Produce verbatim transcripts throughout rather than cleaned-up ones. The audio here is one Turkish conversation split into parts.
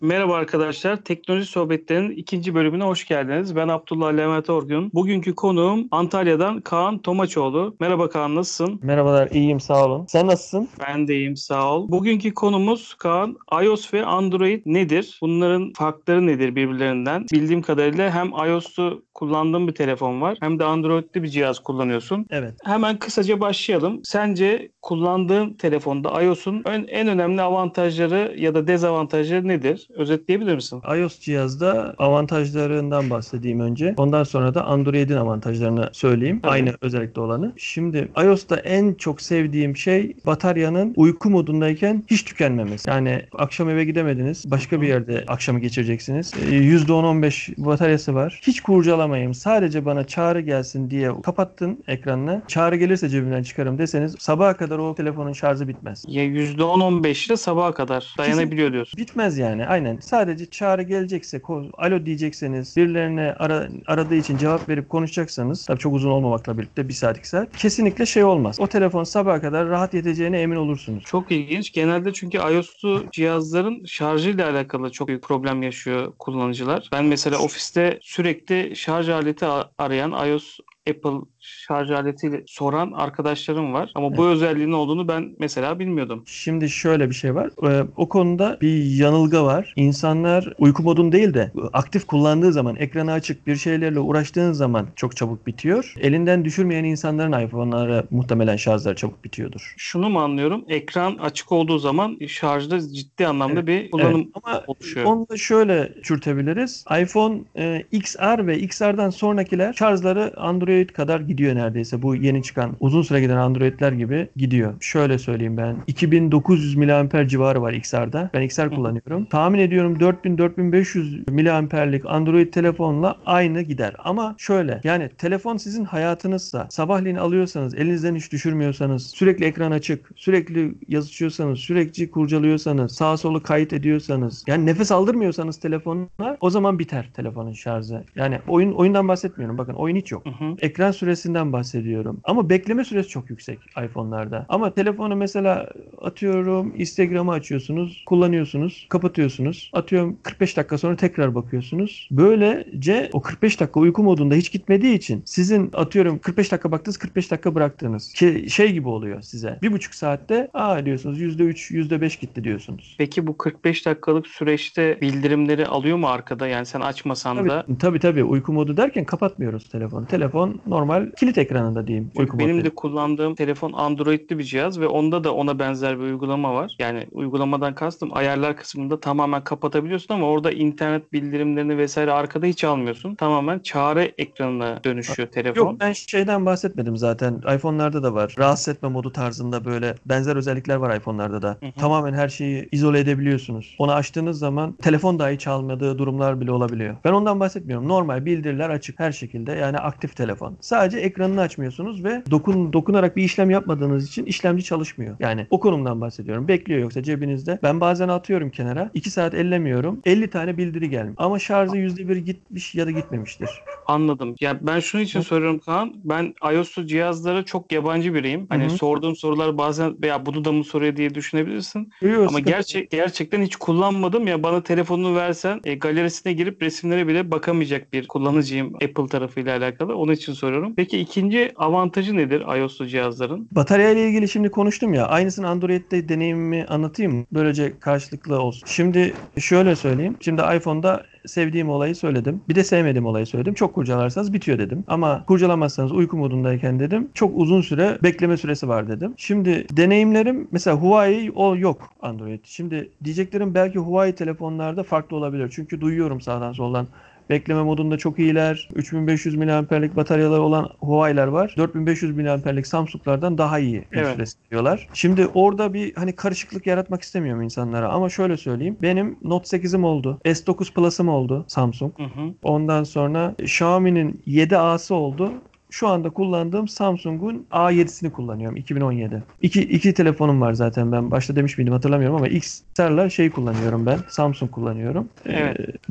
Merhaba arkadaşlar, Teknoloji Sohbetleri'nin ikinci bölümüne hoş geldiniz. Ben Abdullah Levent Orgun. Bugünkü konuğum Antalya'dan Kaan Tomaçoğlu. Merhaba Kaan, nasılsın? Merhabalar, iyiyim sağ olun. Sen nasılsın? Ben de iyiyim, sağ ol. Bugünkü konumuz Kaan, iOS ve Android nedir? Bunların farkları nedir birbirlerinden? Bildiğim kadarıyla hem iOS'u kullandığın bir telefon var, hem de Android'li bir cihaz kullanıyorsun. Evet. Hemen kısaca başlayalım. Sence kullandığın telefonda iOS'un en, en önemli avantajları ya da dezavantajları nedir? Özetleyebilir misin? iOS cihazda avantajlarından bahsedeyim önce. Ondan sonra da Android'in avantajlarını söyleyeyim. Tabii. Aynı özellikte olanı. Şimdi iOS'ta en çok sevdiğim şey bataryanın uyku modundayken hiç tükenmemesi. Yani akşam eve gidemediniz. Hı Başka bir hı. yerde akşamı geçireceksiniz. Ee, yüzde on on beş bataryası var. Hiç kurcalamayayım. Sadece bana çağrı gelsin diye kapattın ekranını. Çağrı gelirse cebimden çıkarım deseniz sabaha kadar o telefonun şarjı bitmez. Ya yüzde on on beş ile sabaha kadar Kesin dayanabiliyor diyorsun. bitmez yani. Aynen. Sadece çağrı gelecekse, ko- alo diyecekseniz, birilerine ara, aradığı için cevap verip konuşacaksanız, tabii çok uzun olmamakla birlikte bir saat iki saat, kesinlikle şey olmaz. O telefon sabaha kadar rahat yeteceğine emin olursunuz. Çok ilginç. Genelde çünkü iOS'lu cihazların şarjıyla alakalı çok büyük problem yaşıyor kullanıcılar. Ben mesela ofiste sürekli şarj aleti a- arayan iOS Apple şarj aletiyle soran arkadaşlarım var. Ama bu özelliğinin olduğunu ben mesela bilmiyordum. Şimdi şöyle bir şey var. Ee, o konuda bir yanılgı var. İnsanlar uyku modunu değil de aktif kullandığı zaman, ekranı açık bir şeylerle uğraştığın zaman çok çabuk bitiyor. Elinden düşürmeyen insanların iPhone'ları muhtemelen şarjları çabuk bitiyordur. Şunu mu anlıyorum? Ekran açık olduğu zaman şarjda ciddi Evet. anlamda bir Evet. kullanım Ama oluşuyor. onu da şöyle çürütebiliriz. iPhone e, X R ve X R'dan sonrakiler şarjları Android kadar gidiyor neredeyse. Bu yeni çıkan uzun süre giden Android'ler gibi gidiyor. Şöyle söyleyeyim ben. iki bin dokuz yüz miliamper civarı var X R'da. Ben X R Hı hı. kullanıyorum. Tahmin ediyorum dört bin dört bin beş yüz miliamperlik Android telefonla aynı gider. Ama şöyle yani telefon sizin hayatınızsa sabahleyin alıyorsanız elinizden hiç düşürmüyorsanız sürekli ekran açık sürekli yazışıyorsanız sürekli kurcalıyorsanız sağa solu kayıt ediyorsanız yani nefes aldırmıyorsanız telefonla o zaman biter telefonun şarjı. Yani oyun oyundan bahsetmiyorum. Bakın oyun hiç yok. Hı hı. Ekran süresinden bahsediyorum. Ama bekleme süresi çok yüksek iPhone'larda. Ama telefonu mesela atıyorum Instagram'ı açıyorsunuz, kullanıyorsunuz, kapatıyorsunuz. Atıyorum kırk beş dakika sonra tekrar bakıyorsunuz. Böylece o kırk beş dakika uyku modunda hiç gitmediği için sizin atıyorum kırk beş dakika baktınız, kırk beş dakika bıraktınız. Ki şey gibi oluyor size. Bir buçuk saatte aa diyorsunuz yüzde üç, yüzde beş gitti diyorsunuz. Peki bu kırk beş dakikalık süreçte bildirimleri alıyor mu arkada? Yani sen açmasan Tabii da. tabii tabii uyku modu derken kapatmıyoruz telefonu. Telefon normal kilit ekranında diyeyim uyku Çünkü modu benim de dedim. kullandığım telefon Android'li bir cihaz ve onda da ona benzer bir uygulama var. Yani uygulamadan kastım ayarlar kısmında tamamen kapatabiliyorsun ama orada internet bildirimlerini vesaire arkada hiç almıyorsun. Tamamen çağrı ekranına dönüşüyor Yok telefon. ben şeyden bahsetmedim zaten. iPhone'larda da var. Rahatsız etme modu tarzında böyle benzer özellikler var iPhone'larda da. Hı hı. Tamamen her şeyi izole edebiliyorsunuz. Onu açtığınız zaman telefon dahi çalmadığı durumlar bile olabiliyor. Ben ondan bahsetmiyorum. Normal bildiriler açık her şekilde. Yani aktif telefon. Sadece ekranını açmıyorsunuz ve dokun dokunarak bir işlem yapmadığınız için işlemci çalışmıyor. Yani o konumdan bahsediyorum. Bekliyor yoksa cebinizde. Ben bazen atıyorum kenara. iki saat ellemiyorum. elli tane bildiri gelmiş. Ama şarjı yüzde bir gitmiş ya da gitmemiştir. Anladım. Ya ben şunun için Hı soruyorum Kaan. Ben iOS'lu cihazlara çok yabancı biriyim. Hani hı. sorduğum sorular bazen veya bunu da mı soruyor diye düşünebilirsin. Yok Ama sıkıntı. gerçek gerçekten hiç kullanmadım ya, bana telefonunu versen e, galerisine girip resimlere bile bakamayacak bir kullanıcıyım Apple tarafıyla alakalı. Onun için soruyorum. Peki ikinci avantajı nedir iOS'lu cihazların? Batarya ile ilgili şimdi konuştum ya. Aynısını Android'de deneyimimi anlatayım mı? Böylece karşılıklı olsun. Şimdi şöyle söyleyeyim. Şimdi iPhone'da sevdiğim olayı söyledim. Bir de sevmediğim olayı söyledim. Çok kurcalarsanız bitiyor dedim. Ama kurcalamazsanız uyku modundayken dedim. Çok uzun süre bekleme süresi var dedim. Şimdi deneyimlerim mesela Huawei o yok Android. Şimdi diyeceklerim belki Huawei telefonlarda farklı olabilir. Çünkü duyuyorum sağdan soldan. Bekleme modunda çok iyiler. üç bin beş yüz miliamperlik bataryaları olan Huawei'ler var. dört bin beş yüz miliamperlik Samsung'lardan daha iyi pil Evet. süresi diyorlar. Şimdi orada bir hani karışıklık yaratmak istemiyorum insanlara ama şöyle söyleyeyim. Benim Note sekizim oldu. S dokuz Plus'ım oldu Samsung. Hı hı. Ondan sonra Xiaomi'nin yedi A'sı oldu. Şu anda kullandığım Samsung'un A yedisini kullanıyorum. iki bin on yedi. İki, iki telefonum var zaten ben. Başta demiş miydim hatırlamıyorum ama X R'la şey kullanıyorum ben. Samsung kullanıyorum. Ee, Evet. ben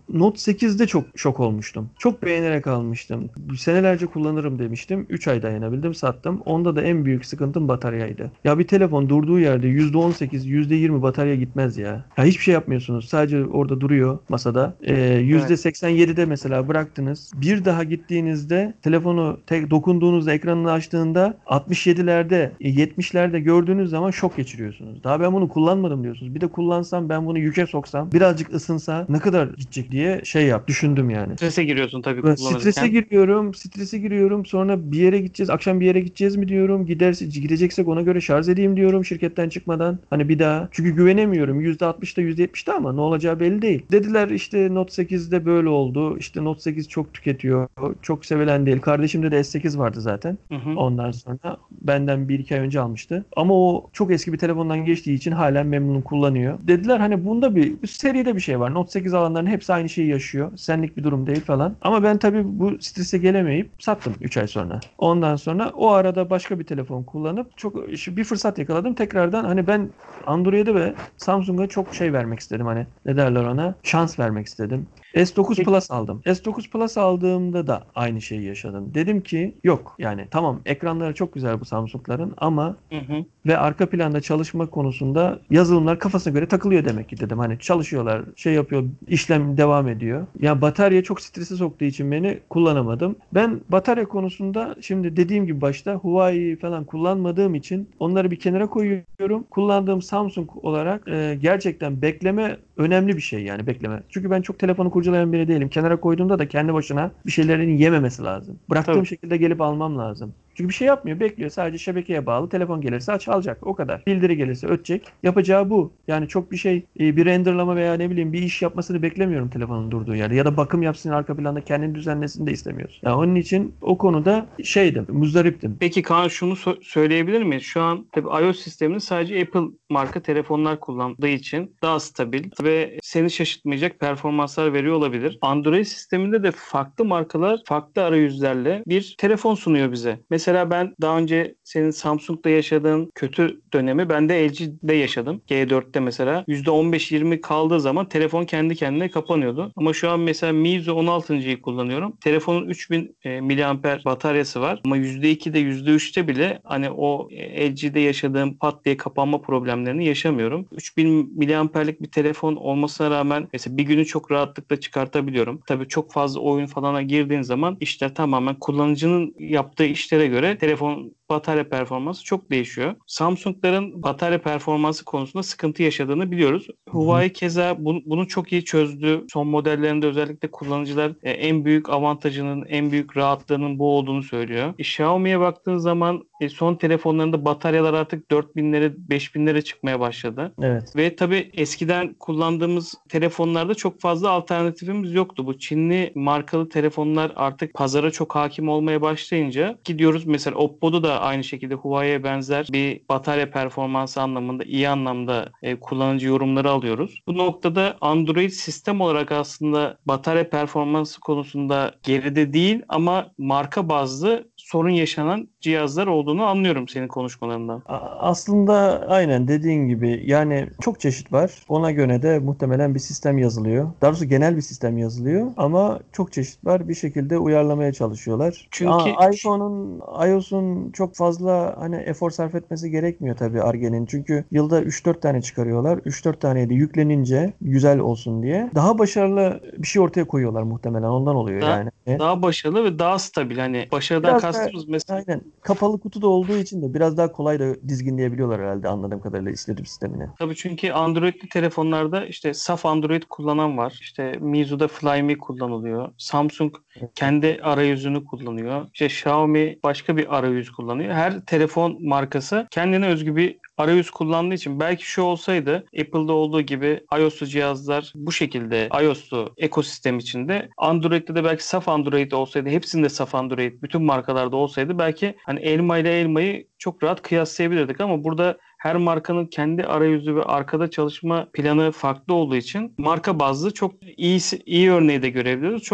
Note sekizde çok şok olmuştum. Çok beğenerek almıştım. Senelerce kullanırım demiştim. üç ay dayanabildim, sattım. Onda da en büyük sıkıntım bataryaydı. Ya bir telefon durduğu yerde yüzde on sekiz, yüzde yirmi batarya gitmez ya. Ya hiçbir şey yapmıyorsunuz. Sadece orada duruyor masada. Ee, Evet. yüzde seksen yedide mesela bıraktınız. Bir daha gittiğinizde telefonu tek dokunduğunuzda, ekranını açtığında altmış yedilerde, yetmişlerde gördüğünüz zaman şok geçiriyorsunuz. Daha ben bunu kullanmadım diyorsunuz. Bir de kullansam, ben bunu yüke soksam, birazcık ısınsa ne kadar gidecek diye şey yap, düşündüm yani. Strese giriyorsun tabii Ben strese kullanırken. giriyorum, strese giriyorum. Sonra bir yere gideceğiz, akşam bir yere gideceğiz mi diyorum. Giderse, gideceksek ona göre şarj edeyim diyorum şirketten çıkmadan. Hani bir daha. Çünkü güvenemiyorum. yüzde altmışta, yüzde yetmişte ama ne olacağı belli değil. Dediler işte Note sekizde böyle oldu. İşte Note sekiz çok tüketiyor. Çok sevilen değil. Kardeşimde de S sekiz vardı zaten. Hı hı. Ondan sonra benden bir iki ay önce almıştı. Ama o çok eski bir telefondan geçtiği için halen memnun kullanıyor. Dediler hani bunda bir, bir seride bir şey var. Note sekiz alanların hepsi aynı şeyi yaşıyor. Senlik bir durum değil falan. Ama ben tabii bu strese gelemeyip sattım üç ay sonra. Ondan sonra o arada başka bir telefon kullanıp çok bir fırsat yakaladım. Tekrardan hani ben Android'e ve Samsung'a çok şey vermek istedim, hani ne derler ona? Şans vermek istedim. S dokuz Peki, Plus aldım. S dokuz Plus aldığımda da aynı şeyi yaşadım. Dedim ki yok, yani tamam, ekranları çok güzel bu Samsung'ların ama hı hı. ve arka planda çalışma konusunda yazılımlar kafasına göre takılıyor demek ki dedim. Hani çalışıyorlar, şey yapıyor, işlem devam ediyor. Ya batarya çok strese soktuğu için beni kullanamadım. Ben batarya konusunda şimdi dediğim gibi başta Huawei falan kullanmadığım için onları bir kenara koyuyorum. Kullandığım Samsung olarak e, gerçekten bekleme önemli bir şey, yani bekleme. Çünkü ben çok telefonu kurcalayan biri değilim. Kenara koyduğumda da kendi başına bir şeylerin yememesi lazım. Tabii. Bıraktığım şekilde gelip almam lazım. Çünkü bir şey yapmıyor, bekliyor. Sadece şebekeye bağlı. Telefon gelirse aç, alacak. O kadar. Bildiri gelirse ötecek. Yapacağı bu. Yani çok bir şey, e, bir renderlama veya ne bileyim bir iş yapmasını beklemiyorum telefonun durduğu yerde. Ya da bakım yapsın arka planda, kendini düzenlesin de istemiyorsun. Yani onun için o konuda şeydim, muzdariptim. Peki Kaan, şunu so- söyleyebilir miyiz? Şu an tabii iOS sistemini sadece Apple marka telefonlar kullandığı için daha stabil ve seni şaşırtmayacak performanslar veriyor olabilir. Android sisteminde de farklı markalar farklı arayüzlerle bir telefon sunuyor bize. Mesela ben daha önce senin Samsung'da yaşadığın kötü dönemi ben de L G'de yaşadım. G dörtte mesela yüzde on beş yirmi kaldığı zaman telefon kendi kendine kapanıyordu. Ama şu an mesela Meizu on altıncıyı kullanıyorum. Telefonun üç bin e, miliamper bataryası var. Ama yüzde ikide yüzde üçte bile hani o e, L G'de yaşadığım pat diye kapanma problemlerini yaşamıyorum. üç bin miliamperlik bir telefon olmasına rağmen mesela bir günü çok rahatlıkla çıkartabiliyorum. Tabii çok fazla oyun falana girdiğin zaman işler tamamen kullanıcının yaptığı işlere göre telefon batarya performansı çok değişiyor. Samsung'ların batarya performansı konusunda sıkıntı yaşadığını biliyoruz. Hı hı. Huawei keza bunu, bunu çok iyi çözdü. Son modellerinde özellikle kullanıcılar e, en büyük avantajının, en büyük rahatlığının bu olduğunu söylüyor. E, Xiaomi'ye baktığın zaman e, son telefonlarında bataryalar artık dört binlere, beş binlere çıkmaya başladı. Evet. Ve tabii eskiden kullandığımız telefonlarda çok fazla alternatifimiz yoktu. Bu Çinli markalı telefonlar artık pazara çok hakim olmaya başlayınca gidiyoruz. Mesela Oppo'da da aynı şekilde Huawei'ye benzer bir batarya performansı anlamında iyi anlamda e, kullanıcı yorumları alıyoruz. Bu noktada Android sistem olarak aslında batarya performansı konusunda geride değil ama marka bazlı sorun yaşanan cihazlar olduğunu anlıyorum senin konuşmalarından. A- Aslında aynen dediğin gibi, yani çok çeşit var. Ona göre de muhtemelen bir sistem yazılıyor. Daha doğrusu genel bir sistem yazılıyor ama çok çeşit var. Bir şekilde uyarlamaya çalışıyorlar. Çünkü Aa, iPhone'un, iOS'un çok fazla hani efor sarf etmesi gerekmiyor tabii Ar-Ge'nin. Çünkü yılda üç dört tane çıkarıyorlar. üç dört taneye de yüklenince güzel olsun diye daha başarılı bir şey ortaya koyuyorlar muhtemelen. Ondan oluyor da yani. daha başarılı ve daha stabil. Hani başarıdan Biraz da kastımız mesela. aynen kapalı kutuda olduğu için de biraz daha kolay da dizginleyebiliyorlar herhalde, anladığım kadarıyla işletim sistemini. Tabii çünkü Android'li telefonlarda işte saf Android kullanan var. İşte Meizu'da Flyme kullanılıyor. Samsung kendi arayüzünü kullanıyor. İşte Xiaomi başka bir arayüz kullanıyor. Her telefon markası kendine özgü bir arayüz kullandığı için belki şu olsaydı Apple'da olduğu gibi iOS'lu cihazlar bu şekilde iOS'lu ekosistem içinde Android'de de belki saf Android olsaydı, hepsinde saf Android bütün markalarda olsaydı belki hani elma ile elmayı çok rahat kıyaslayabilirdik ama burada her markanın kendi arayüzü ve arkada çalışma planı farklı olduğu için marka bazlı çok iyi iyi örneği de görebiliyoruz. Çok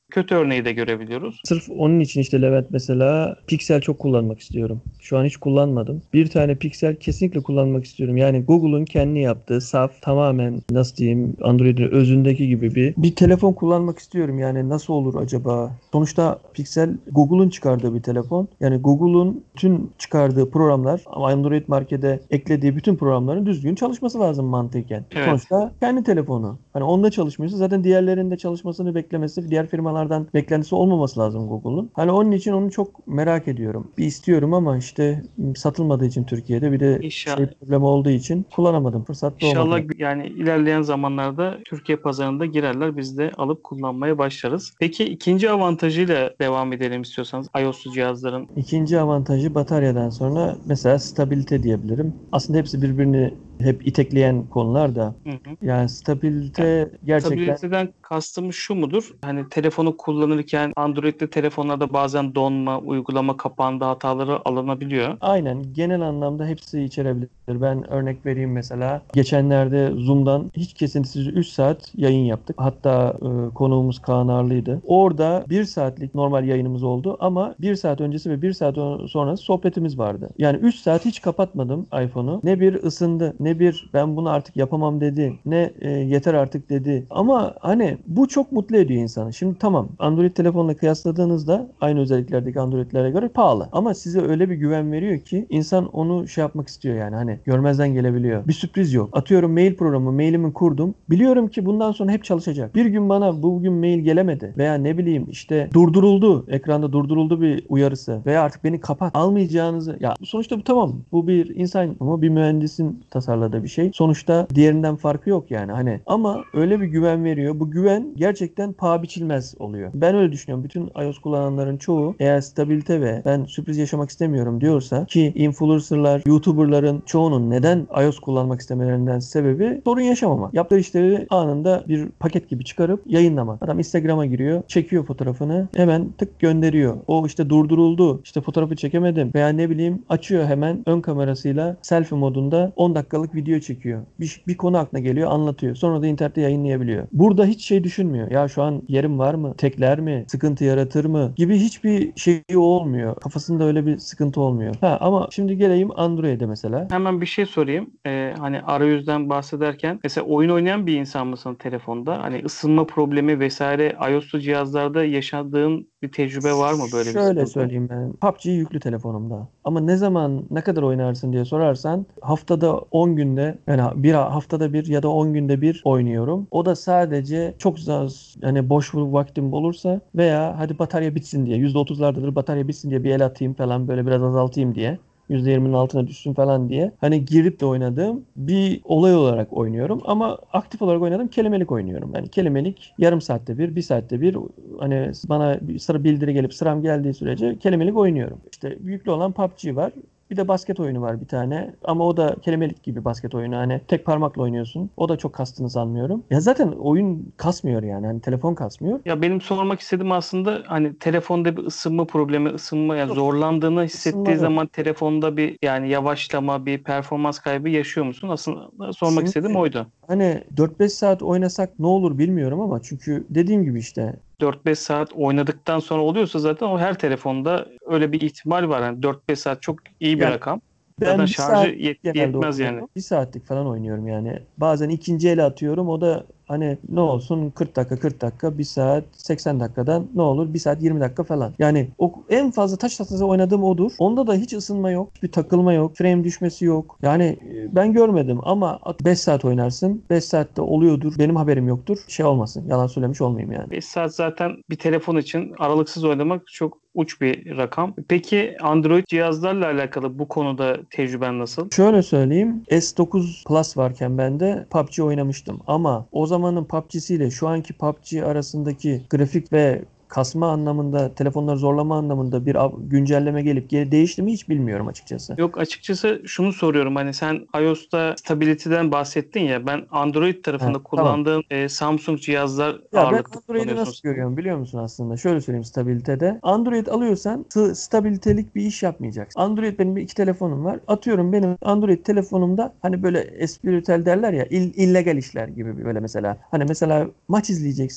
Kötü örneği de görebiliyoruz. Sırf onun için işte Levent mesela Pixel çok kullanmak istiyorum. Şu an hiç kullanmadım. Bir tane Pixel kesinlikle kullanmak istiyorum. Yani Google'un kendi yaptığı saf, tamamen nasıl diyeyim, Android'in özündeki gibi bir bir telefon kullanmak istiyorum. Yani nasıl olur acaba? Sonuçta Pixel Google'un çıkardığı bir telefon. Yani Google'un tüm çıkardığı programlar ama Android markete eklediği bütün programların düzgün çalışması lazım mantıken. Evet. Sonuçta kendi telefonu. Hani onda çalışmıyorsa zaten diğerlerinde çalışmasını beklemesi, diğer firmalardan beklentisi olmaması lazım Google'un. Hani onun için onu çok merak ediyorum. Bir istiyorum ama işte satılmadığı için Türkiye'de, bir de şey İnşallah, problemi olduğu için kullanamadım. Fırsat da olmadı. İnşallah yani ilerleyen zamanlarda Türkiye pazarında girerler. Biz de alıp kullanmaya başlarız. Peki ikinci avantajıyla devam edelim istiyorsanız iOS'lu cihazların. İkinci avantajı bataryadan sonra mesela stabilite diyebilirim. Aslında hepsi birbirini hep itekleyen konular da. Hı hı. Yani Yani stabilite gerçekten. stabiliteden kastımız şu mudur? Hani telefonu kullanırken Android'li telefonlarda bazen donma, uygulama kapağında hataları alınabiliyor. Aynen, genel anlamda hepsi içerebilir. Ben örnek vereyim mesela. Geçenlerde Zoom'dan hiç kesintisiz üç saat yayın yaptık. Hatta e, konuğumuz Kaan Arlı'ydı. Orada bir saatlik normal yayınımız oldu ama bir saat öncesi ve bir saat sonrası sohbetimiz vardı. Yani üç saat hiç kapatmadım iPhone'u. Ne bir ısındı, ne bir ben bunu artık yapamam dedi, ne e, yeter artık dedi. Ama hani bu çok mutlu ediyor insanı. Şimdi tamam, Android telefonla kıyasladığınızda aynı özelliklerdeki Android'lere göre pahalı. Ama size öyle bir güven veriyor ki insan onu şey yapmak istiyor yani. Hani görmezden gelebiliyor. Bir sürpriz yok. Atıyorum mail programı, mailimi kurdum. Biliyorum ki bundan sonra hep çalışacak. Bir gün bana bugün mail gelemedi veya ne bileyim işte durduruldu. Ekranda durduruldu bir uyarısı veya artık beni kapat, almayacağınızı. Ya sonuçta bu tamam. Bu bir insan ama bir mühendisin tasarladığı bir şey. Sonuçta diğerinden farkı yok yani. Hani ama öyle bir güven veriyor. Bu güven gerçekten paha biçilmez oluyor. Ben öyle düşünüyorum. Bütün iOS kullananların çoğu eğer stabilite ve ben sürpriz yaşamak istemiyorum diyorsa, ki influencerlar, YouTuber'ların çoğunun neden iOS kullanmak istemelerinden sebebi sorun yaşamamak. Yaptığı işleri anında bir paket gibi çıkarıp yayınlamak. Adam Instagram'a giriyor, çekiyor fotoğrafını, hemen tık gönderiyor. O işte durduruldu, işte fotoğrafı çekemedim veya ne bileyim açıyor hemen ön kamerasıyla selfie modunda on dakikalık video çekiyor. Bir, bir konu aklına geliyor, anlatıyor. Sonra da internette yayınlayabiliyor. Burada hiç şey düşünmüyor. Ya şu an yerim var mı? Tekler mi? Sıkıntı yaratır mı? Gibi hiçbir şey olmuyor. Kafasında öyle bir sıkıntı olmuyor. Ha ama şimdi geleyim Android'e mesela. Hemen bir şey sorayım. Ee, hani arayüzden bahsederken mesela oyun oynayan bir insan mısın telefonda? Hani ısınma problemi vesaire iOS'lu cihazlarda yaşadığın bir tecrübe var mı, böyle bir Şöyle sıkıntı? söyleyeyim ben. P U B G yüklü telefonumda. Ama ne zaman ne kadar oynarsın diye sorarsan haftada on günde, yani bir haftada bir ya da on günde bir oynuyorum. O da sadece çok az yani boş vaktim olursa veya hadi batarya bitsin diye, yüzde otuzlardadır batarya bitsin diye bir el atayım falan, böyle biraz azaltayım diye, yüzde yirminin altına düşsün falan diye. Hani girip de oynadığım bir olay olarak oynuyorum. Ama aktif olarak oynadığım kelimelik oynuyorum. Yani kelimelik yarım saatte bir, bir saatte bir, hani bana bir sıra bildiri gelip sıram geldiği sürece kelimelik oynuyorum. İşte yüklü olan P U B G var. Bir de basket oyunu var bir tane. Ama o da kelimelik gibi basket oyunu. Hani tek parmakla oynuyorsun. O da çok kastını sanmıyorum. Ya zaten oyun kasmıyor yani. Hani telefon kasmıyor. Ya benim sormak istediğim aslında hani telefonda bir ısınma problemi, ısınma yani Yok. zorlandığını Isınma hissettiği yok. zaman telefonda bir yani yavaşlama, bir performans kaybı yaşıyor musun? Aslında sormak istediğim Şimdi oydu. hani dört beş saat oynasak ne olur bilmiyorum ama çünkü dediğim gibi işte. dört beş saat oynadıktan sonra oluyorsa zaten o her telefonda öyle bir ihtimal var. Yani dört beş saat çok iyi bir Yani rakam. Zaten ben bir şarjı saat yet- genelde yetmez yani. oynuyorum. Bir saatlik falan oynuyorum yani. Bazen ikinci ele atıyorum. O da hani ne olsun kırk dakika kırk dakika, bir saat seksen dakikadan ne olur bir saat yirmi dakika falan. Yani o en fazla taş tahtası oynadığım odur. Onda da hiç ısınma yok. Hiçbir takılma yok. Frame düşmesi yok. Yani e, ben görmedim ama beş saat oynarsın. beş saatte oluyordur. Benim haberim yoktur. Şey olmasın. Yalan söylemiş olmayayım yani. beş saat zaten bir telefon için aralıksız oynamak çok uç bir rakam. Peki Android cihazlarla alakalı bu konuda tecrüben nasıl? Şöyle söyleyeyim. S dokuz Plus varken ben de P U B G oynamıştım. Ama o zamanın P U B G'siyle şu anki P U B G arasındaki grafik ve kasma anlamında, telefonları zorlama anlamında bir av- güncelleme gelip geri değişti mi hiç bilmiyorum açıkçası. Yok, açıkçası şunu soruyorum, hani sen iOS'ta stability'den bahsettin ya, ben Android Ha, tarafında tamam. kullandığım e, Samsung cihazlar Ya ben ağırlıklı Android'i nasıl kullanıyorsunuz. görüyorum biliyor musun aslında? Şöyle söyleyeyim stabilitede. Android alıyorsan st- stabilitelik bir iş yapmayacaksın. Android, benim bir iki telefonum var. Atıyorum benim Android telefonumda hani böyle espritüel derler ya, ill- illegal işler gibi böyle mesela. Hani mesela maç izleyeceksin.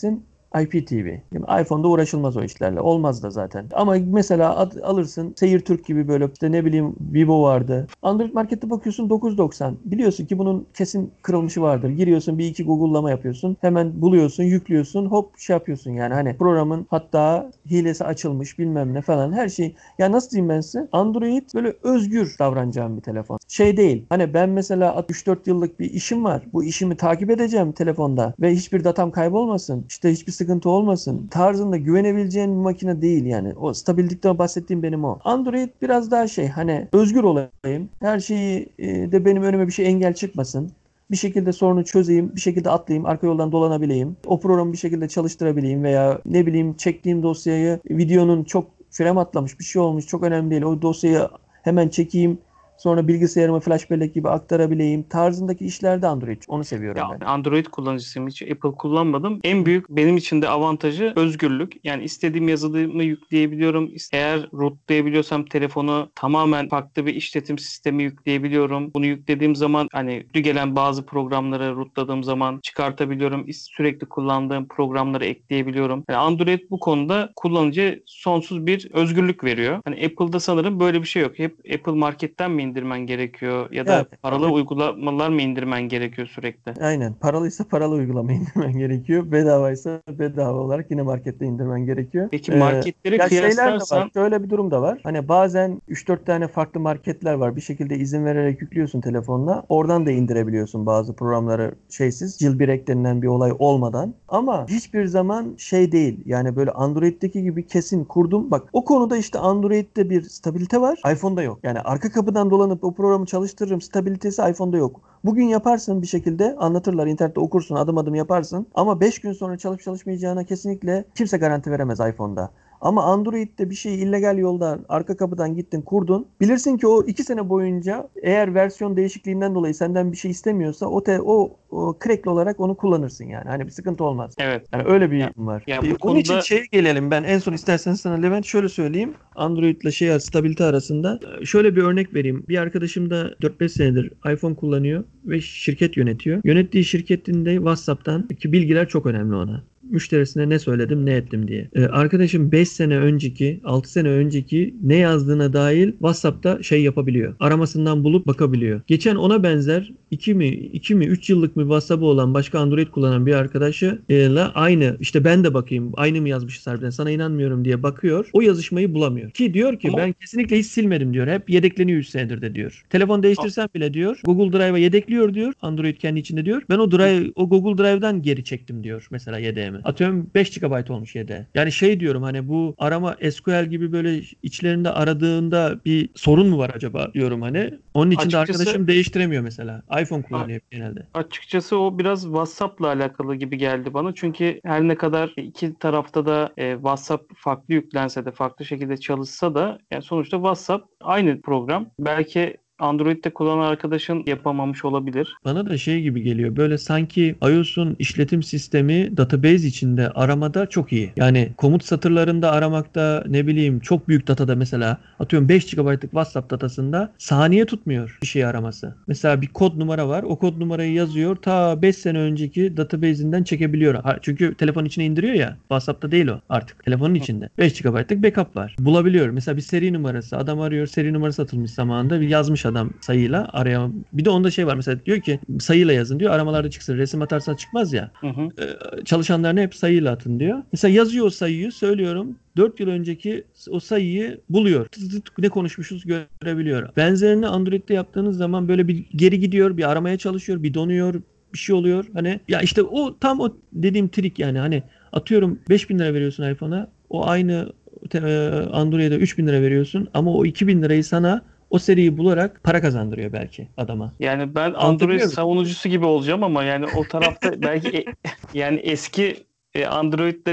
I P T V. Yani iPhone'da uğraşılmaz o işlerle. Olmaz da zaten. Ama mesela ad- alırsın Seyir Türk gibi böyle işte ne bileyim Vivo vardı. Android markette bakıyorsun dokuz doksan. Biliyorsun ki bunun kesin kırılmışı vardır. Giriyorsun bir iki Google'lama yapıyorsun. Hemen buluyorsun, yüklüyorsun, hop şey yapıyorsun yani. Hani programın hatta hilesi açılmış bilmem ne falan her şey. Ya nasıl diyeyim ben size? Android böyle özgür davranacağım bir telefon. Şey değil. Hani ben mesela üç dört yıllık bir işim var. Bu işimi takip edeceğim telefonda ve hiçbir datam kaybolmasın. İşte hiçbir sıkıntı olmasın. Tarzında güvenebileceğin bir makine değil yani. O stabillikten bahsettiğim benim o. Android biraz daha şey hani özgür olayım. Her şeyi e, de benim önüme bir şey engel çıkmasın. Bir şekilde sorunu çözeyim, bir şekilde atlayayım, arka yoldan dolanabileyim. O programı bir şekilde çalıştırabileyim veya ne bileyim çektiğim dosyayı videonun çok frame atlamış bir şey olmuş çok önemli değil. O dosyayı hemen çekeyim. Sonra bilgisayarıma flash bellek gibi aktarabileyim tarzındaki işlerde Android. Onu seviyorum Ya ben. Android kullanıcısıyım. Hiç Apple kullanmadım. En büyük benim için de avantajı özgürlük. Yani istediğim yazılımı yükleyebiliyorum. Eğer rootlayabiliyorsam telefonu tamamen farklı bir işletim sistemi yükleyebiliyorum. Bunu yüklediğim zaman hani gelen bazı programları rootladığım zaman çıkartabiliyorum. Sürekli kullandığım programları ekleyebiliyorum. Yani Android bu konuda kullanıcıya sonsuz bir özgürlük veriyor. Hani Apple'da sanırım böyle bir şey yok. Hep Apple Market'ten mi indirmen gerekiyor ya Yani da paralı uygulamalar mı indirmen gerekiyor sürekli? aynen. Paralıysa paralı uygulama indirmen gerekiyor. Bedavaysa bedava olarak yine markette indirmen gerekiyor. Peki Ee, marketleri ya şeyler de var. kıyaslarsan Şöyle bir durum da var. Hani bazen üç dört tane farklı marketler var. Bir şekilde izin vererek yüklüyorsun telefonla. Oradan da indirebiliyorsun bazı programları şeysiz. Jailbreak denilen bir olay olmadan. Ama hiçbir zaman şey değil. Yani böyle Android'deki gibi kesin kurdum. Bak o konuda işte Android'de bir stabilite var. iPhone'da yok. Yani arka kapıdan dolanıp o programı çalıştırırım. Stabilitesi iPhone'da yok. Bugün yaparsın bir şekilde anlatırlar internette okursun adım adım yaparsın ama beş gün sonra çalışıp çalışmayacağına kesinlikle kimse garanti veremez iPhone'da. Ama Android'de bir şeyi illegal yoldan arka kapıdan gittin kurdun. Bilirsin ki o iki sene boyunca eğer versiyon değişikliğinden dolayı senden bir şey istemiyorsa o te, o, o crackli olarak onu kullanırsın yani. Hani bir sıkıntı olmaz. evet. Yani öyle Ya, bir durum var. ya E, bu onun için konuda şeye gelelim. Ben en son istersen sana Levent şöyle söyleyeyim. Android ile şey stabilite arasında e, şöyle bir örnek vereyim. Bir arkadaşım da dört beş senedir iPhone kullanıyor ve şirket yönetiyor. Yönettiği şirketinde WhatsApp'tan ki bilgiler çok önemli ona. Müşterisine ne söyledim ne ettim diye. Ee, arkadaşım beş sene önceki altı sene önceki ne yazdığına dair WhatsApp'ta şey yapabiliyor. Aramasından bulup bakabiliyor. Geçen ona benzer iki mi iki mi üç yıllık mı WhatsApp'ı olan başka Android kullanan bir arkadaşıyla aynı işte ben de bakayım aynı mı yazmışız harbiden sana inanmıyorum diye bakıyor. O yazışmayı bulamıyor. Ki diyor ki ama ben kesinlikle hiç silmedim diyor. Hep yedekleniyor üç senedir de diyor. Telefon değiştirsem bile diyor Google Drive'a yedekliyor diyor. Android kendi içinde diyor. Ben o Drive o Google Drive'dan geri çektim diyor mesela yedeğimi. Atıyorum beş gigabayt olmuş yedeği. Yani şey diyorum hani bu arama S Q L gibi böyle içlerinde aradığında bir sorun mu var acaba diyorum hani. Onun için de açıkçası arkadaşım değiştiremiyor mesela. iPhone a- kullanıyor genelde. açıkçası o biraz WhatsApp'la alakalı gibi geldi bana. Çünkü her ne kadar iki tarafta da e, WhatsApp farklı yüklense de farklı şekilde çalışsa da yani sonuçta WhatsApp aynı program. Belki Android'de kullanan arkadaşın yapamamış olabilir. Bana da şey gibi geliyor. Böyle sanki iOS'un işletim sistemi database içinde aramada çok iyi. Yani komut satırlarında aramakta ne bileyim çok büyük datada mesela atıyorum beş gigabaytlık WhatsApp datasında saniye tutmuyor bir şey araması. Mesela bir kod numara var. O kod numarayı yazıyor. Ta beş sene önceki database'inden çekebiliyor. Ha, çünkü telefon içine indiriyor ya. WhatsApp'ta değil o artık. Telefonun içinde. beş gigabaytlık backup var. Bulabiliyor. Mesela bir seri numarası. Adam arıyor. Seri numarası atılmış zamanında. Bir yazmış adam sayıyla araya. Bir de onda şey var mesela diyor ki sayıyla yazın diyor. Aramalarda çıksın. Resim atarsan çıkmaz ya. Hı hı. Ee, çalışanlarını hep sayıyla atın diyor. Mesela yazıyor o sayıyı söylüyorum. dört yıl önceki o sayıyı buluyor. Tıt tıt ne konuşmuşuz görebiliyor. Benzerini Android'de yaptığınız zaman böyle bir geri gidiyor, bir aramaya çalışıyor, bir donuyor, bir şey oluyor. Hani ya işte o tam o dediğim trik yani hani atıyorum beş bin lira veriyorsun iPhone'a. O aynı Android'e üç bin lira veriyorsun ama o iki bin lirayı sana o seriyi bularak para kazandırıyor belki adama. Yani ben Android Anlatabiliyor muyum? savunucusu gibi olacağım ama yani o tarafta belki e- yani eski e, Android'ler için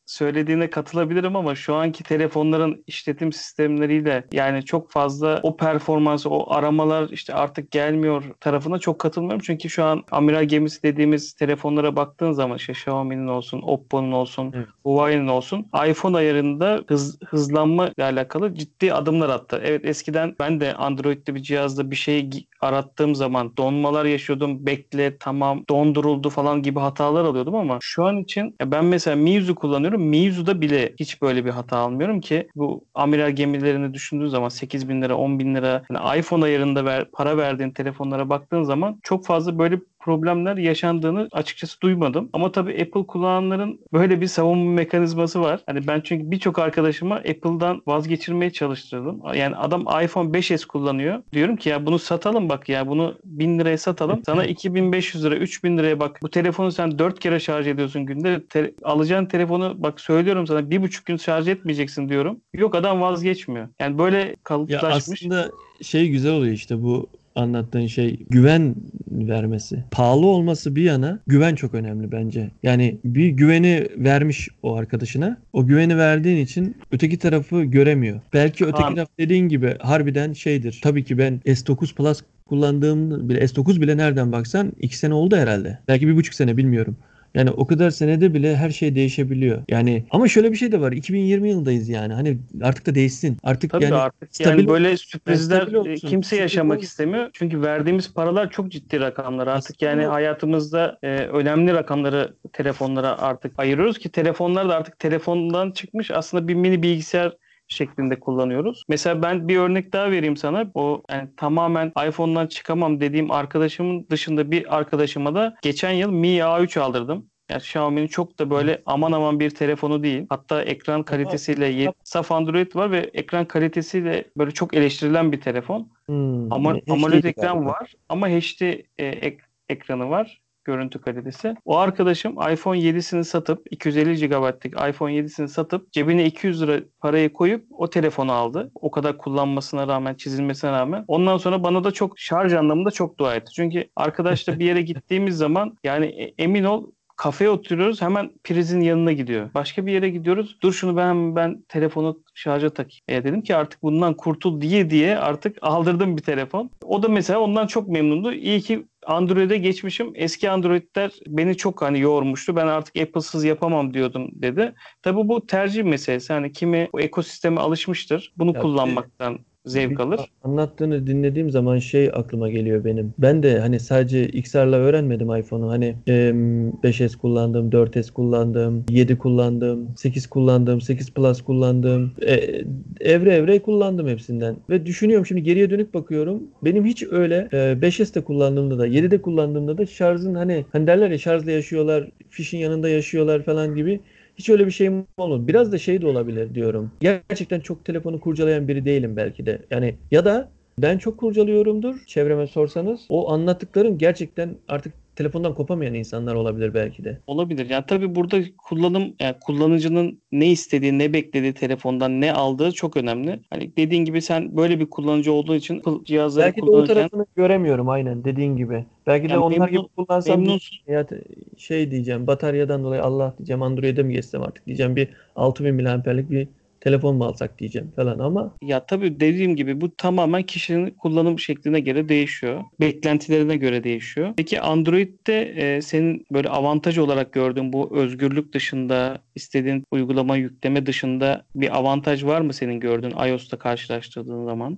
söylediğine katılabilirim ama şu anki telefonların işletim sistemleriyle yani çok fazla o performansı, o aramalar işte artık gelmiyor tarafına çok katılmıyorum. Çünkü şu an amiral gemisi dediğimiz telefonlara baktığın zaman işte Xiaomi'nin olsun, Oppo'nun olsun, Evet. Huawei'nin olsun iPhone ayarında hız, hızlanma ile alakalı ciddi adımlar attı. Evet, eskiden ben de Android'li bir cihazda bir şey gi- arattığım zaman donmalar yaşıyordum. Bekle, tamam, donduruldu falan gibi hatalar alıyordum ama şu an için ya ben mesela Meizu kullanıyorum. Meizu'da bile hiç böyle bir hata almıyorum ki bu amiral gemilerini düşündüğün zaman sekiz bin lira, on bin lira yani iPhone ayarında ver, para verdiğin telefonlara baktığın zaman çok fazla böyle problemler yaşandığını açıkçası duymadım. Ama tabii Apple kullananların böyle bir savunma mekanizması var. Hani ben çünkü birçok arkadaşıma Apple'dan vazgeçirmeye çalıştırdım. Yani adam iPhone beş S kullanıyor. Diyorum ki ya bunu satalım bak ya bunu bin liraya satalım. Sana iki bin beş yüz lira, üç bin liraya bak. Bu telefonu sen dört kere şarj ediyorsun günde. Te- alacağın telefonu bak söylüyorum sana bir buçuk gün şarj etmeyeceksin diyorum. Yok, adam vazgeçmiyor. Yani böyle Ya kalıplaşmış. aslında şey güzel oluyor işte bu anlattığın şey güven vermesi. Pahalı olması bir yana güven çok önemli bence. Yani bir güveni vermiş o arkadaşına. O güveni verdiğin için öteki tarafı göremiyor. Belki öteki Kaan, taraf dediğin gibi harbiden şeydir. Tabii ki ben S dokuz Plus kullandığım bile S dokuz bile nereden baksan iki sene oldu herhalde. Belki bir buçuk sene bilmiyorum. Yani o kadar senede bile her şey değişebiliyor. Yani ama şöyle bir şey de var. iki bin yirmi yılındayız yani. Hani artık da değişsin. Artık tabii yani artık stabil yani ol. böyle Yani sürprizler stabil e, olsun. kimse Sürpriz yaşamak olmasın. istemiyor. Çünkü verdiğimiz paralar çok ciddi rakamlar. Artık yani Aslında hayatımızda e, önemli rakamları telefonlara artık ayırıyoruz ki telefonlar da artık telefondan çıkmış aslında bir mini bilgisayar şeklinde kullanıyoruz. Mesela ben bir örnek daha vereyim sana. O yani tamamen iPhone'dan çıkamam dediğim arkadaşımın dışında bir arkadaşıma da geçen yıl Mi A üç aldırdım. Yani Xiaomi'nin çok da böyle aman aman bir telefonu değil. Hatta ekran ama kalitesiyle ye- saf Android var ve ekran kalitesiyle böyle çok eleştirilen bir telefon. hmm, Ama H AMOLED D'ydi ekran galiba. var ama H D e, ek- ekranı var. Görüntü kalitesi. O arkadaşım iPhone yedisini satıp iki yüz elli gigabaytlık iPhone yedisini satıp cebine iki yüz lira parayı koyup o telefonu aldı. O kadar kullanmasına rağmen, çizilmesine rağmen. Ondan sonra bana da çok şarj anlamında çok dua etti. Çünkü arkadaşla bir yere gittiğimiz zaman yani e- emin ol kafeye oturuyoruz hemen prizin yanına gidiyor. Başka bir yere gidiyoruz. Dur şunu ben ben telefonu şarja takayım. E dedim ki artık bundan kurtul diye diye artık aldırdım bir telefon. O da mesela ondan çok memnundu. İyi ki Android'e geçmişim. Eski Android'ler beni çok hani yormuştu. Ben artık Apple'sız yapamam diyordum dedi. Tabii bu tercih meselesi. Hani kimi bu ekosisteme alışmıştır. Bunu Ya bir de kullanmaktan zevk Bir a- alır. anlattığını dinlediğim zaman şey aklıma geliyor benim. Ben de hani sadece X R'la öğrenmedim iPhone'u. Hani em, beş S kullandım, dört S kullandım, yedi kullandım, sekiz kullandım, sekiz Plus kullandım. E, evre evre kullandım hepsinden. Ve düşünüyorum şimdi geriye dönüp bakıyorum. Benim hiç öyle e, beş S de kullandığımda da yedi de kullandığımda da şarjın hani hani derler ya şarjla yaşıyorlar, fişin yanında yaşıyorlar falan gibi. Hiç öyle bir şeyim olmadı. Biraz da şey de olabilir diyorum. Gerçekten çok telefonu kurcalayan biri değilim belki de. Yani ya da ben çok kurcalıyorumdur. Çevreme sorsanız o anlattıklarım gerçekten artık telefondan kopamayan insanlar olabilir belki de. Olabilir. Yani tabii burada kullanım, yani kullanıcının ne istediği, ne beklediği telefondan ne aldığı çok önemli. Hani dediğin gibi sen böyle bir kullanıcı olduğu için Apple cihazları Belki de o kullanırken tarafını göremiyorum aynen dediğin gibi. Belki de yani onlar gibi memnun kullansam diyeceğim memnunsun. ya te- şey diyeceğim bataryadan dolayı Allah diyeceğim Android'e mi geçsem artık diyeceğim bir altı bin miliamperlik bir telefon mu alsak diyeceğim falan ama Ya tabii dediğim gibi bu tamamen kişinin kullanım şekline göre değişiyor. Beklentilerine göre değişiyor. Peki Android'de e, senin böyle avantaj olarak gördüğün bu özgürlük dışında istediğin uygulama yükleme dışında bir avantaj var mı senin gördüğün iOS'ta karşılaştırdığın zaman?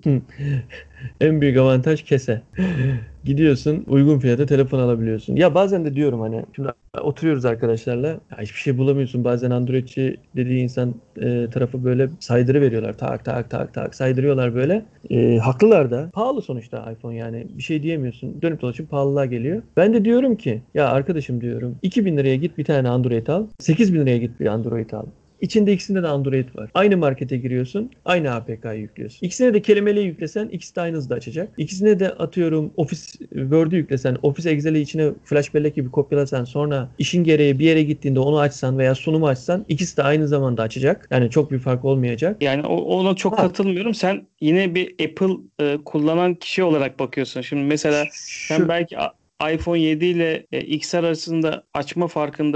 en büyük avantaj kese. Gidiyorsun uygun fiyata telefon alabiliyorsun. Ya bazen de diyorum hani şimdi oturuyoruz arkadaşlarla ya hiçbir şey bulamıyorsun. Bazen Androidçi dediği insan e, tarafı böyle saydırı veriyorlar. Tak tak tak tak saydırıyorlar böyle. E, haklılar da. Pahalı sonuçta iPhone yani. Bir şey diyemiyorsun. Dönüp dolaşıp pahalılığa geliyor. Ben de diyorum ki ya arkadaşım diyorum iki bin liraya git bir tane Android al. sekiz bin liraya git bir Android al. İçinde ikisinde de Android var. Aynı markete giriyorsun, aynı A P K'yı yüklüyorsun. İkisine de kelimeli yüklesen ikisi de aynı hızda açacak. İkisine de atıyorum Office Word'ü yüklesen, Office Excel'i içine flash bellek gibi kopyalasan sonra işin gereği bir yere gittiğinde onu açsan veya sunumu açsan ikisi de aynı zamanda açacak. Yani çok bir fark olmayacak. Yani o- ona çok Ha, katılmıyorum. Sen yine bir Apple e, kullanan kişi olarak bakıyorsun. Şimdi mesela sen şu belki a- iPhone yedi ile e, X R arasında açma farkında çok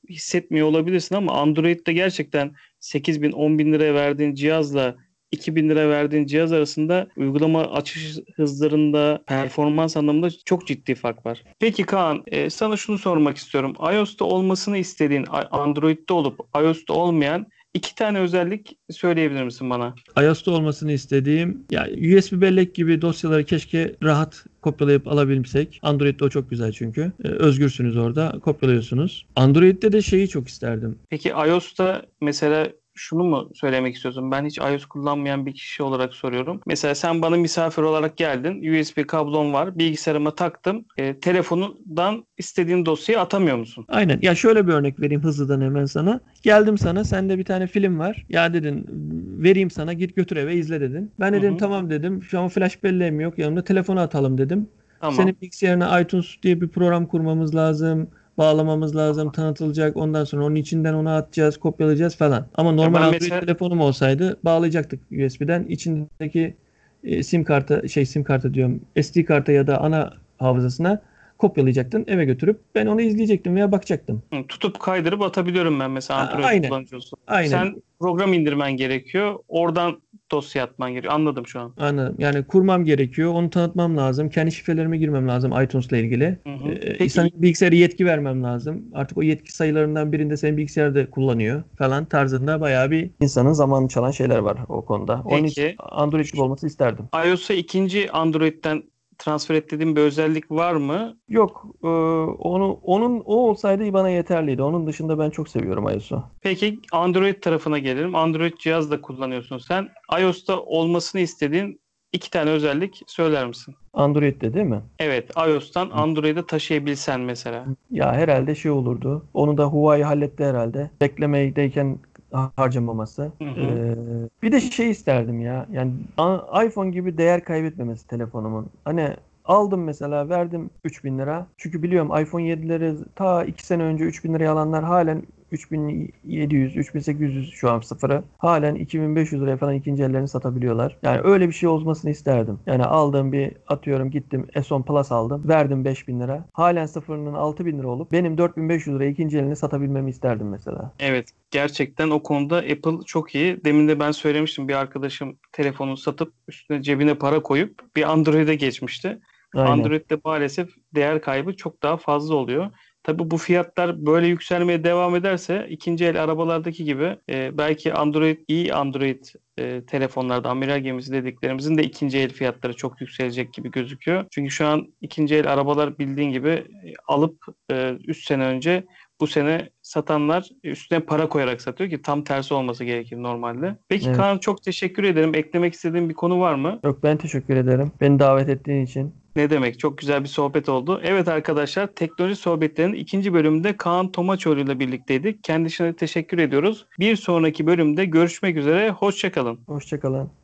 hissetmiyor olabilirsin ama Android'de gerçekten sekiz bin on bin liraya verdiğin cihazla iki bin lira verdiğin cihaz arasında uygulama açış hızlarında, performans anlamında çok ciddi fark var. Peki Kaan, e, sana şunu sormak istiyorum. iOS'ta olmasını istediğin, A- Android'de olup iOS'ta olmayan iki tane özellik söyleyebilir misin bana? iOS'ta olmasını istediğim ya U S B bellek gibi dosyaları keşke rahat kopyalayıp alabilsek. Android'de o çok güzel çünkü. Ee, özgürsünüz orada, kopyalıyorsunuz. Android'de de şeyi çok isterdim. Peki iOS'ta mesela şunu mu söylemek istiyorsun? Ben hiç iOS kullanmayan bir kişi olarak soruyorum. Mesela sen bana misafir olarak geldin. U S B kablon var. Bilgisayarıma taktım. E, telefonundan istediğin dosyayı atamıyor musun? Aynen. Ya şöyle bir örnek vereyim hızlıdan hemen sana. Geldim sana, sende bir tane film var. Ya dedin, vereyim sana, git götür eve izle dedin. Ben Hı dedim hı. tamam dedim. Şu an flash belleğim yok. Yanımda telefonu atalım dedim. Tamam. Senin bilgisayarına iTunes diye bir program kurmamız lazım. Bağlamamız lazım, tanıtılacak. Ondan sonra onun içinden onu atacağız, kopyalayacağız falan. Ama Ya normal ben Android mesela telefonum olsaydı bağlayacaktık U S B'den. İçindeki e, sim kartı, şey sim kartı diyorum, S D kartı ya da ana hafızasına kopyalayacaktın, eve götürüp ben onu izleyecektim veya bakacaktım. hı, tutup kaydırıp atabiliyorum ben mesela A- Android aynen, kullanıcı olsun. aynen. Sen program indirmen gerekiyor. Oradan dosya atman gerekiyor. Anladım şu an. Anladım. Yani kurmam gerekiyor. Onu tanıtmam lazım. Kendi şifrelerime girmem lazım iTunes'la ilgili. Hı hı. Ee, sana Peki bilgisayara yetki vermem lazım. Artık o yetki sayılarından birinde senin bilgisayarda kullanıyor falan tarzında bayağı bir insanın zamanını çalan şeyler var o konuda. Onun için peki Android gibi olması isterdim. iOS'a ikinci Android'den transfer et dediğin bir özellik var mı? Yok, e, onu onun o olsaydı bana yeterliydi. Onun dışında ben çok seviyorum iOS'u. Peki Android tarafına gelelim. Android cihaz da kullanıyorsun sen. iOS'ta olmasını istediğin iki tane özellik söyler misin? Android'de değil mi? Evet, iOS'tan Android'e taşıyabilsen mesela. Ya herhalde şey olurdu. Onu da Huawei halletti herhalde. Beklemedeyken harcamaması. Hı hı. Ee, bir de şey isterdim ya. Yani a- iPhone gibi değer kaybetmemesi telefonumun. Hani aldım mesela, verdim üç bin lira. Çünkü biliyorum iPhone yedileri ta iki sene önce üç bin liraya alanlar halen üç bin yedi yüz, üç bin sekiz yüz şu an sıfırı. Halen iki bin beş yüz liraya falan ikinci ellerini satabiliyorlar. Yani öyle bir şey olmasını isterdim. Yani aldığım bir, atıyorum gittim S on Plus aldım. Verdim beş bin lira. Halen sıfırının altı bin lira olup benim dört bin beş yüz liraya ikinci elini satabilmemi isterdim mesela. Evet, gerçekten o konuda Apple çok iyi. Demin de ben söylemiştim bir arkadaşım telefonu satıp üstüne cebine para koyup bir Android'e geçmişti. Aynen. Android'de maalesef değer kaybı çok daha fazla oluyor. Tabii bu fiyatlar böyle yükselmeye devam ederse ikinci el arabalardaki gibi e, belki Android iyi Android e, telefonlarda amiral gemisi dediklerimizin de ikinci el fiyatları çok yükselecek gibi gözüküyor. Çünkü şu an ikinci el arabalar bildiğin gibi e, alıp üç sene önce bu sene satanlar üstüne para koyarak satıyor ki tam tersi olması gerekir normalde. Peki Evet. Kaan çok teşekkür ederim. Eklemek istediğin bir konu var mı? Yok, ben teşekkür ederim. Beni davet ettiğin için. Ne demek? Çok güzel bir sohbet oldu. Evet arkadaşlar, teknoloji sohbetlerinin ikinci bölümünde Kaan Tomaçoğlu ile birlikteydik. Kendisine teşekkür ediyoruz. Bir sonraki bölümde görüşmek üzere. Hoşça kalın. Hoşça kalın.